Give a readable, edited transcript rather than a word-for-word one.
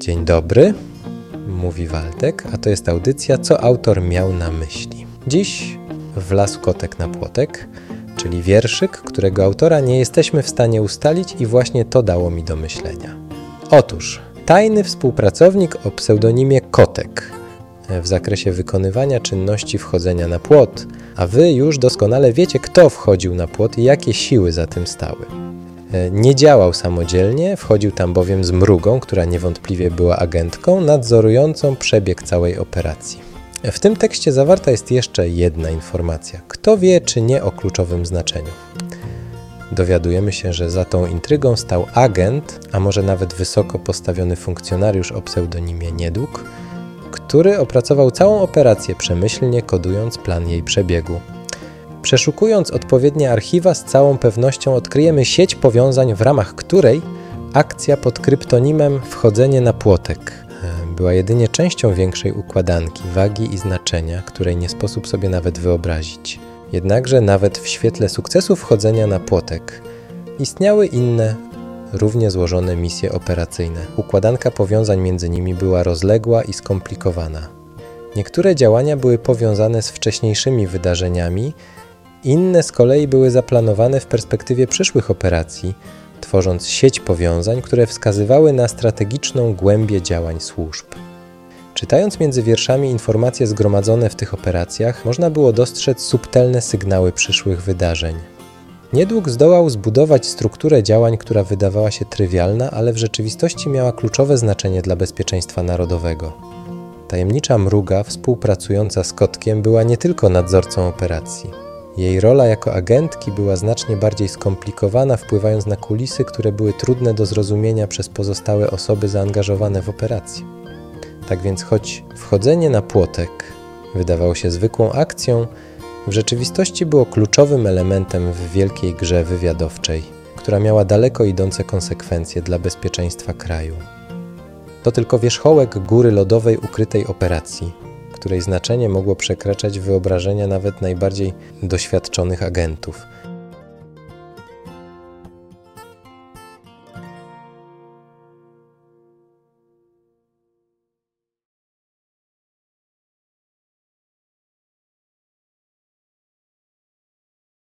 Dzień dobry, mówi Waldek, a to jest audycja Co autor miał na myśli. Dziś wlazł kotek na płotek, czyli wierszyk, którego autora nie jesteśmy w stanie ustalić i właśnie to dało mi do myślenia. Otóż tajny współpracownik o pseudonimie Kotek w zakresie wykonywania czynności wchodzenia na płot, a wy już doskonale wiecie, kto wchodził na płot i jakie siły za tym stały. Nie działał samodzielnie, wchodził tam bowiem z mrugą, która niewątpliwie była agentką, nadzorującą przebieg całej operacji. W tym tekście zawarta jest jeszcze jedna informacja. Kto wie, czy nie o kluczowym znaczeniu. Dowiadujemy się, że za tą intrygą stał agent, a może nawet wysoko postawiony funkcjonariusz o pseudonimie Niedług, który opracował całą operację przemyślnie, kodując plan jej przebiegu. Przeszukując odpowiednie archiwa, z całą pewnością odkryjemy sieć powiązań, w ramach której akcja pod kryptonimem Wchodzenie na płotek była jedynie częścią większej układanki, wagi i znaczenia, której nie sposób sobie nawet wyobrazić. Jednakże nawet w świetle sukcesu wchodzenia na płotek istniały inne, równie złożone misje operacyjne. Układanka powiązań między nimi była rozległa i skomplikowana. Niektóre działania były powiązane z wcześniejszymi wydarzeniami, inne z kolei były zaplanowane w perspektywie przyszłych operacji, tworząc sieć powiązań, które wskazywały na strategiczną głębię działań służb. Czytając między wierszami informacje zgromadzone w tych operacjach, można było dostrzec subtelne sygnały przyszłych wydarzeń. Niedług zdołał zbudować strukturę działań, która wydawała się trywialna, ale w rzeczywistości miała kluczowe znaczenie dla bezpieczeństwa narodowego. Tajemnicza mruga, współpracująca z Kotkiem, była nie tylko nadzorcą operacji. Jej rola jako agentki była znacznie bardziej skomplikowana, wpływając na kulisy, które były trudne do zrozumienia przez pozostałe osoby zaangażowane w operację. Tak więc choć wchodzenie na płotek wydawało się zwykłą akcją, w rzeczywistości było kluczowym elementem w wielkiej grze wywiadowczej, która miała daleko idące konsekwencje dla bezpieczeństwa kraju. To tylko wierzchołek góry lodowej ukrytej operacji, której znaczenie mogło przekraczać wyobrażenia nawet najbardziej doświadczonych agentów.